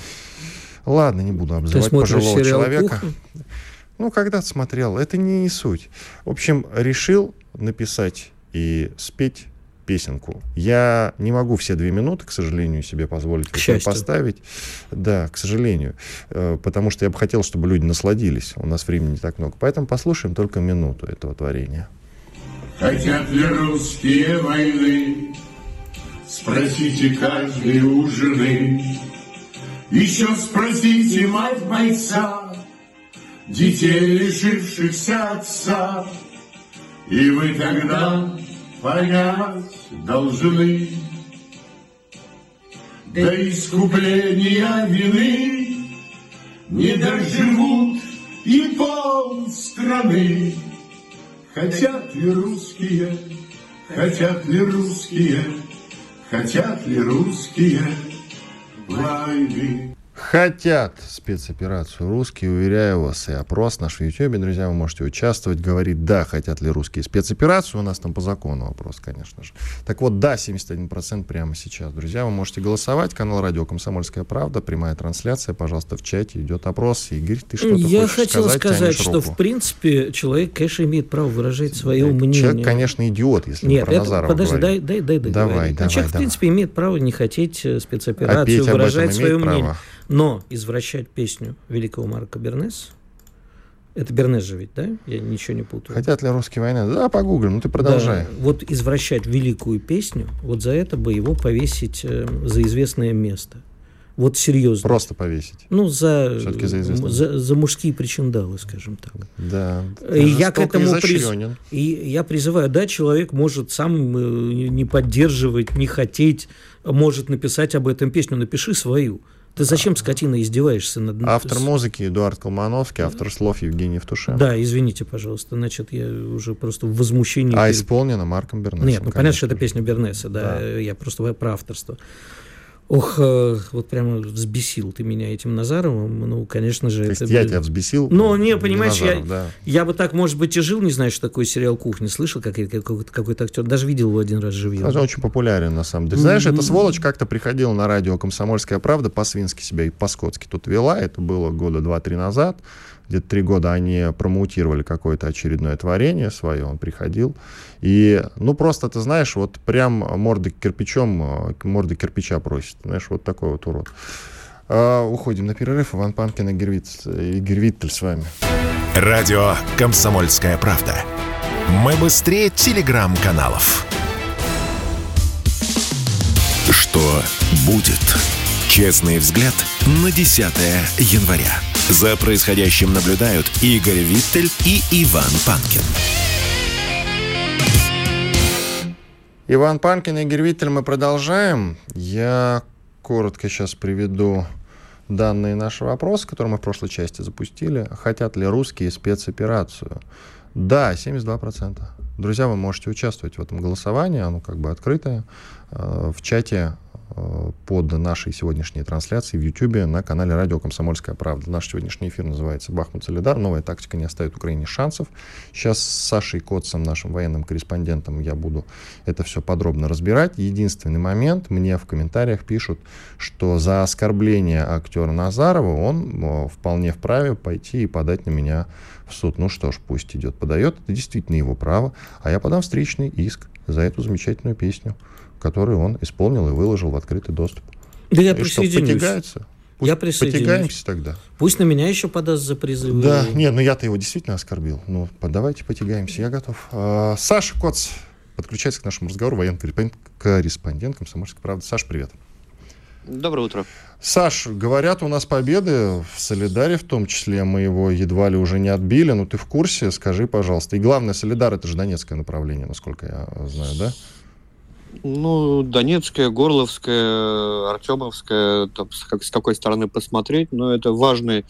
Ладно, не буду обзывать пожилого человека. «Кухня»? Ну, когда-то смотрел, это не суть. В общем, решил написать и спеть песенку. Я не могу все две минуты, к сожалению, себе позволить поставить. Да, к сожалению. Потому что я бы хотел, чтобы люди насладились. У нас времени не так много. Поэтому послушаем только минуту этого творения. Хотят ли русские войны? Спросите каждый у жены. Еще спросите мать бойца, детей, лишившихся отца. И вы тогда понять должны, до искупления вины не доживут и полстраны. Хотят ли русские, хотят ли русские, хотят ли русские войны? Хотят спецоперацию русские, уверяю вас, и опрос наш в Ютьюбе, друзья, вы можете участвовать, говорит, да, хотят ли русские спецоперацию, у нас там по закону вопрос, конечно же. Так вот, да, семьдесят один процент прямо сейчас, друзья, вы можете голосовать, канал радио «Комсомольская правда», прямая трансляция, пожалуйста, в чате идет опрос. Игорь, ты что-то Я хочешь хотел сказать? сказать, что, руку. в принципе, человек, конечно, имеет право выражать свое да, мнение. Человек, конечно, идиот, если Нет, мы про это, Назарова подожди, говорим. дай, дай, дай, давай, давай. давай, Человек, давай. в принципе, имеет право не хотеть спецоперацию, а выражать свое мнение. Право. Но извращать песню великого Марка Бернеса, это Бернес же ведь, да? Я ничего не путаю. Хотят ли русские войны? Да, погуглим, ну ты продолжай. Да, вот извращать великую песню, вот за это бы его повесить э, за известное место. Вот серьезно. Просто повесить. Ну, за, за, за, за мужские причиндалы, скажем так. Да. И я к этому приз... И я призываю, да, человек может сам не поддерживать, не хотеть, может написать об этом песню. Напиши свою. Ты зачем, скотина, издеваешься над... Автор музыки Эдуард Колмановский, автор слов Евгений Евтушенко. Да, извините, пожалуйста, значит, я уже просто в возмущении... А исполнено Марком Бернесом. Нет, ну понятно, что это песня Бернеса, да, да. Я просто про авторство. Ох, вот прямо взбесил ты меня этим Назаровым. Ну, конечно же... То это... есть я тебя взбесил? Ну, не, понимаешь, Назаров, я, да. я бы так, может быть, и жил, не знаю, что такое сериал «Кухня». Слышал, как, какой-то, какой-то актер? Даже видел его один раз живьем. Он очень популярен, на самом деле. Знаешь, эта сволочь как-то приходила на радио «Комсомольская правда», по-свински себя и по-скотски тут вела. Это было года два-три назад. Где-то три года они промоутировали какое-то очередное творение свое, он приходил. И, ну, просто, ты знаешь, вот прям мордой кирпичом, мордой кирпича просит. Знаешь, вот такой вот урод. А, уходим на перерыв. Иван Панкин и Гервиттель с вами. Радио «Комсомольская правда». Мы быстрее телеграм-каналов. Что будет? Честный взгляд на десятое января. За происходящим наблюдают Игорь Виттель и Иван Панкин. Иван Панкин и Игорь Виттель, мы продолжаем. Я коротко сейчас приведу данные нашего опроса, который мы в прошлой части запустили. Хотят ли русские спецоперацию? Да, семьдесят два процента. Друзья, вы можете участвовать в этом голосовании, оно как бы открытое. В чате под нашей сегодняшней трансляцией в Ютьюбе на канале «Радио Комсомольская правда». Наш сегодняшний эфир называется «Бахмут-Солидар. Новая тактика не оставит Украине шансов». Сейчас с Сашей Котцем, нашим военным корреспондентом, я буду это все подробно разбирать. Единственный момент, мне в комментариях пишут, что за оскорбление актера Назарова он вполне вправе пойти и подать на меня в суд. Ну что ж, пусть идет, подает. Это действительно его право. А я подам встречный иск за эту замечательную песню, которую он исполнил и выложил в открытый доступ. Да я и присоединюсь. Что, потягается? Пусть я присоединюсь. Потягаемся тогда. Пусть на меня еще подаст за призывы. Да, нет, ну я-то его действительно оскорбил. Ну, давайте потягаемся, я готов. А, Саша Коц подключается к нашему разговору, военный корреспондент «Комсомольской правды». Саш, привет. Доброе утро. Саш, говорят, у нас победы в Солидаре, в том числе, мы его едва ли уже не отбили. Ну, ты в курсе? Скажи, пожалуйста. И главное, Солидар — это же донецкое направление, насколько я знаю, да? Ну, Донецкая, Горловская, Артемовская, там, как, с какой стороны посмотреть, но это важный, э,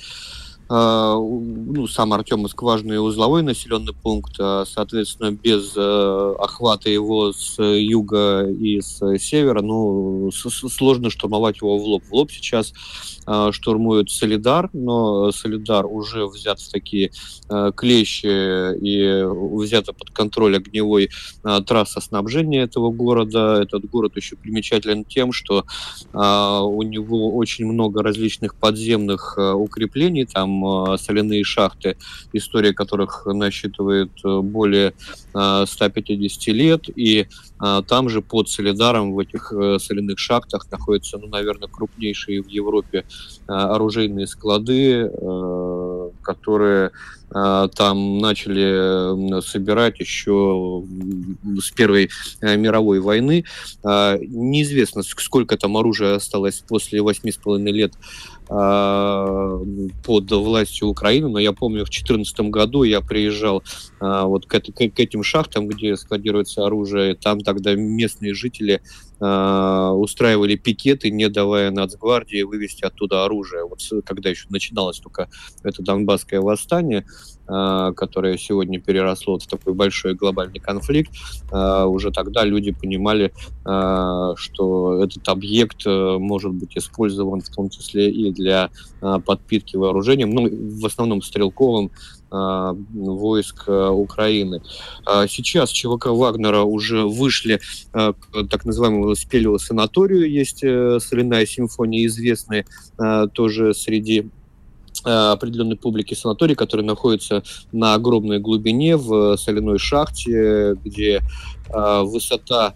ну, сам Артемовск важный узловой населенный пункт, а, соответственно, без э, охвата его с юга и с севера, ну, с- с- сложно штурмовать его в лоб. В лоб сейчас э, штурмуют Солидар, но Солидар уже взят в такие э, клещи и взята под контроль огневой э, трасса снабжения этого города. Этот город еще примечателен тем, что э, у него очень много различных подземных э, укреплений, там э, соляные шахты, история которых насчитывает э, более э, ста пятидесяти лет, и э, там же под Солидаром в этих э, соляных шахтах находятся, ну, наверное, крупнейшие в Европе э, оружейные склады, э, которые э, там начали э, собирать еще с Первой э, мировой войны. Э, неизвестно, сколько там оружия осталось после восьми с половиной лет э, под властью Украины, но я помню, в две тысячи четырнадцатом году я приезжал э, вот к, к, к этим шахтам, где складируется оружие, там тогда местные жители э, устраивали пикеты, не давая Нацгвардии вывести оттуда оружие. Вот когда еще начиналось только это Донбасское восстание, э, которое сегодня переросло в такой большой глобальный конфликт, э, уже тогда люди понимали, э, что этот объект э, может быть использован в том числе и для э, подпитки вооружением, ну, в основном стрелковым, э, войск э, Украины. А сейчас ЧВК Вагнера уже вышли э, к так называемому Спелево санаторию, есть э, соляная симфония, известная э, тоже среди определенной публики санаторий, который находится на огромной глубине в соляной шахте, где э, высота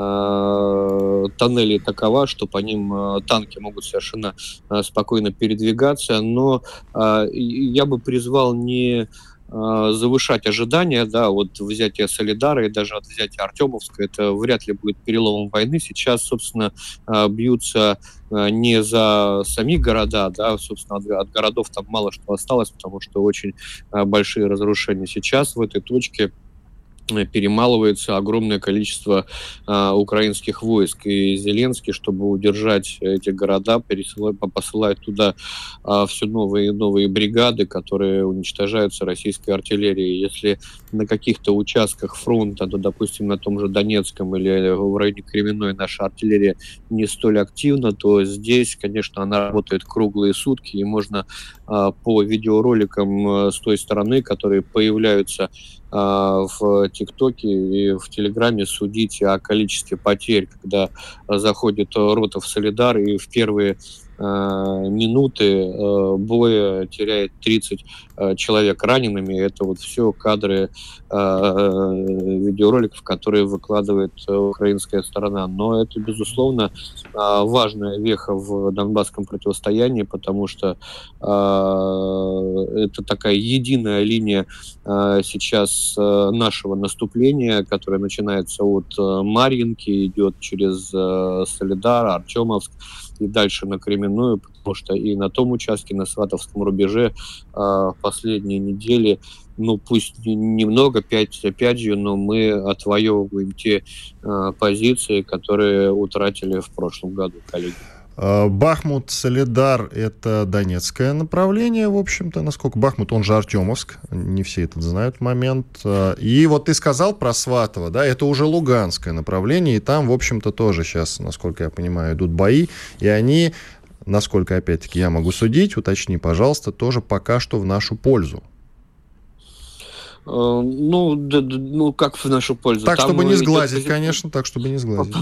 э, тоннелей такова, что по ним э, танки могут совершенно э, спокойно передвигаться. Но э, я бы призвал не завышать ожидания, да, вот взятие Солидара и даже от взятия Артемовска, это вряд ли будет переломом войны. Сейчас, собственно, бьются не за сами города, да, собственно, от, от городов там мало что осталось, потому что очень большие разрушения. Сейчас в этой точке перемалывается огромное количество а, украинских войск. И Зеленский, чтобы удержать эти города, пересылает, посылает туда а, все новые и новые бригады, которые уничтожаются российской артиллерией. Если на каких-то участках фронта, ну, допустим, на том же Донецком или в районе Кременной наша артиллерия не столь активна, то здесь, конечно, она работает круглые сутки, и можно а, по видеороликам а, с той стороны, которые появляются в ТикТоке и в Телеграме, судить о количестве потерь, когда заходит рота в Солидар и в первые минуты боя теряет тридцать человек ранеными. Это вот все кадры видеороликов, которые выкладывает украинская сторона. Но это, безусловно, важная веха в донбасском противостоянии, потому что это такая единая линия сейчас нашего наступления, которая начинается от Марьинки, идет через Солидар, Артемовск и дальше на Кременную, потому что и на том участке, на Сватовском рубеже э, последние недели, ну пусть немного, пять пятью, но мы отвоевываем те э, позиции, которые утратили в прошлом году, коллеги. Бахмут, Солидар — это донецкое направление, в общем-то, насколько Бахмут, он же Артемовск, не все это знают в момент. И вот ты сказал про Сватово, да, это уже луганское направление, и там, в общем-то, тоже сейчас, насколько я понимаю, идут бои, и они, насколько, опять-таки, я могу судить, уточни, пожалуйста, тоже пока что в нашу пользу. Ну, да, ну, как в нашу пользу. Так, Там чтобы не идет сглазить, пози... конечно, так, чтобы не сглазить.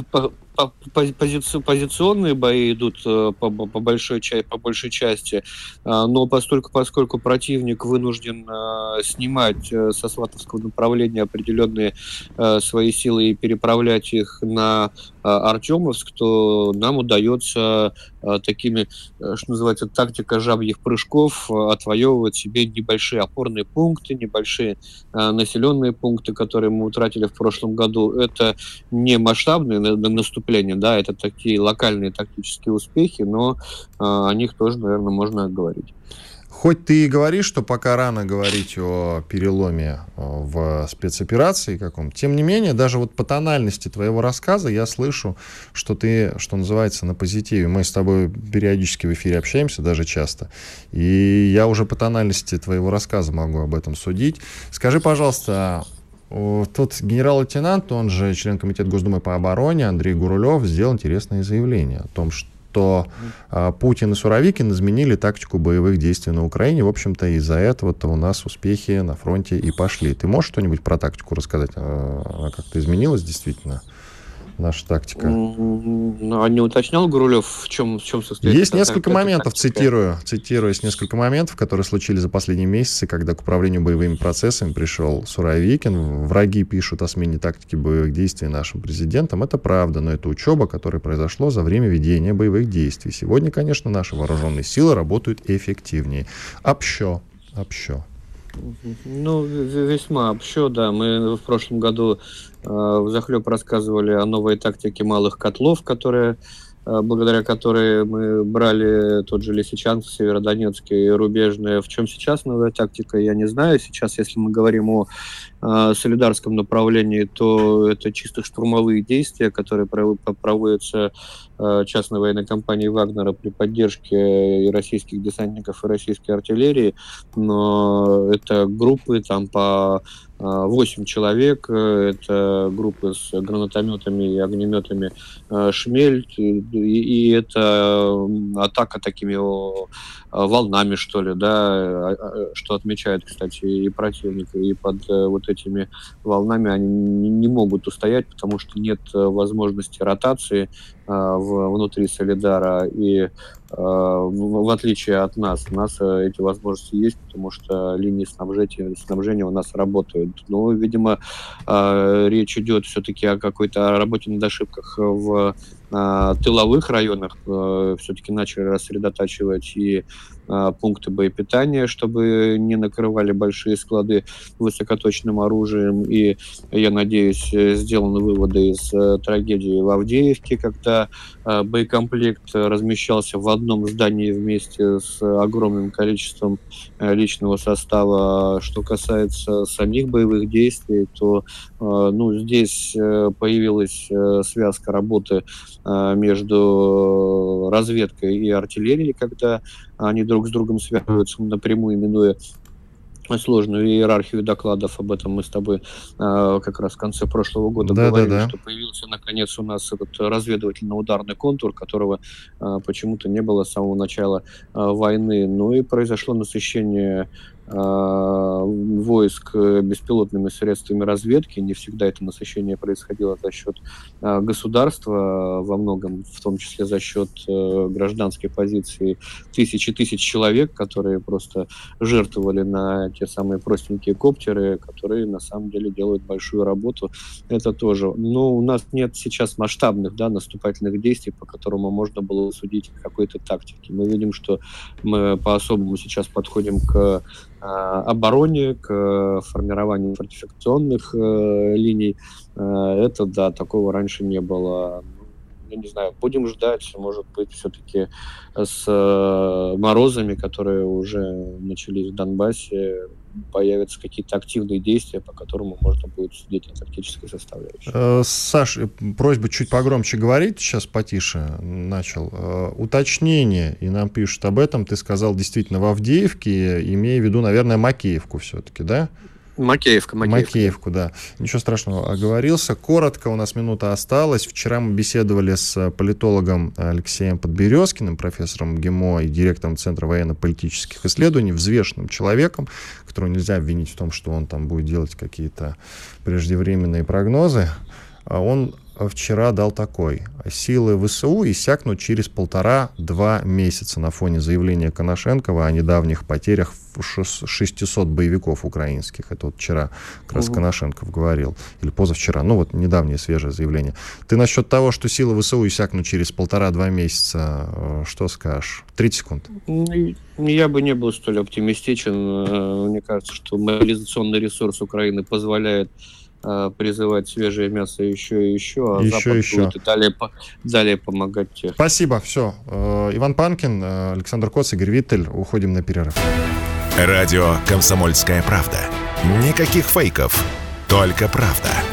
Пози... Позиционные бои идут по, по, большой, по большей части, но поскольку, поскольку противник вынужден снимать со сватовского направления определенные свои силы и переправлять их на Артемовск, то нам удается такими, что называется, тактика жабьих прыжков, отвоевывать себе небольшие опорные пункты, небольшие населенные пункты, которые мы утратили в прошлом году. Это не масштабные наступления, да, это такие локальные тактические успехи, но о них тоже, наверное, можно говорить. Хоть ты и говоришь, что пока рано говорить о переломе в спецоперации каком-то, тем не менее, даже вот по тональности твоего рассказа я слышу, что ты, что называется, на позитиве. Мы с тобой периодически в эфире общаемся, даже часто, и я уже по тональности твоего рассказа могу об этом судить. Скажи, пожалуйста, тот генерал-лейтенант, он же член комитета Госдумы по обороне, Андрей Гурулев, сделал интересное заявление о том, что что а, Путин и Суровикин изменили тактику боевых действий на Украине. В общем-то, из-за этого-то у нас успехи на фронте и пошли. Ты можешь что-нибудь про тактику рассказать? Она как-то изменилась действительно, наша тактика? А не уточнял Гурулев, в чем, в чем состоит? Есть несколько моментов, цитирую, цитирую, есть несколько моментов, которые случились за последние месяцы, когда к управлению боевыми процессами пришел Суровикин. Враги пишут о смене тактики боевых действий нашим президентом. Это правда, но это учеба, которая произошла за время ведения боевых действий. Сегодня, конечно, наши вооруженные силы работают эффективнее. Общо, общо. Ну, весьма общо, да. Мы в прошлом году э, взахлеб рассказывали о новой тактике малых котлов, которые, э, благодаря которой мы брали тот же Лисичанск, Северодонецк и Рубежное. В чем сейчас новая тактика, я не знаю. Сейчас, если мы говорим о э, солидарском направлении, то это чисто штурмовые действия, которые проводятся э, частной военной компанией Вагнера при поддержке и российских десантников, и российской артиллерии. Но это группы там по восемь человек, это группы с гранатометами и огнеметами «Шмель», и, и это атака такими волнами, что ли, да, что отмечает, кстати, и противник, и под вот этими волнами они не могут устоять, потому что нет возможности ротации внутри Солидара, и в отличие от нас, у нас эти возможности есть, потому что линии снабжения, снабжения у нас работают. Но, видимо, речь идет все-таки о какой-то работе над ошибках в тыловых районах. Все-таки начали рассредотачивать и пункты боепитания, чтобы не накрывали большие склады высокоточным оружием. И, я надеюсь, сделаны выводы из трагедии в Авдеевке, когда боекомплект размещался в одном одном здании вместе с огромным количеством личного состава. Что касается самих боевых действий, то ну, здесь появилась связка работы между разведкой и артиллерией, когда они друг с другом связываются напрямую, минуя сложную иерархию докладов. Об этом мы с тобой э, как раз в конце прошлого года да, говорили, да, да. что появился наконец у нас этот разведывательно-ударный контур, которого э, почему-то не было с самого начала э, войны. Ну и произошло насыщение э, войск беспилотными средствами разведки. Не всегда это насыщение происходило за счет э, государства, во многом, в том числе за счет э, гражданской позиции тысячи тысяч человек, которые просто жертвовали на те самые простенькие коптеры, которые на самом деле делают большую работу. Это тоже. Но у нас нет сейчас масштабных, да, наступательных действий, по которым можно было судить какой-то тактики. Мы видим, что мы по-особому сейчас подходим к э, обороне, к формированию фортификационных э, линий. Э, это, да, такого раньше не было. Я не знаю, будем ждать, может быть, все-таки с э, морозами, которые уже начались в Донбассе, появятся какие-то активные действия, по которым можно будет судить о тактической составляющей. Э, Саш, просьба чуть погромче говорить, сейчас потише начал. Э, уточнение, и нам пишут об этом, ты сказал действительно в Авдеевке, имея в виду, наверное, Макеевку все-таки, да? Макеевка, Макеевка. Макеевку, да. Ничего страшного, оговорился. Коротко, у нас минута осталась. Вчера мы беседовали с политологом Алексеем Подберезкиным, профессором ГИМО и директором Центра военно-политических исследований, взвешенным человеком, которого нельзя обвинить в том, что он там будет делать какие-то преждевременные прогнозы. Он вчера дал такой: силы ВСУ иссякнут через полтора-два месяца на фоне заявления Коношенкова о недавних потерях шестисот боевиков украинских. Это вот вчера как раз угу. Коношенков говорил, или позавчера, ну вот недавнее свежее заявление. Ты насчет того, что силы ВСУ иссякнут через полтора-два месяца, что скажешь? тридцать секунд. Я бы не был столь оптимистичен. Мне кажется, что мобилизационный ресурс Украины позволяет призывать свежее мясо еще и еще, а еще, Запад еще. будет и далее, далее помогать тех. Спасибо, все. Иван Панкин, Александр Коц, Игорь Виттель. Уходим на перерыв. Радио «Комсомольская правда». Никаких фейков, только правда.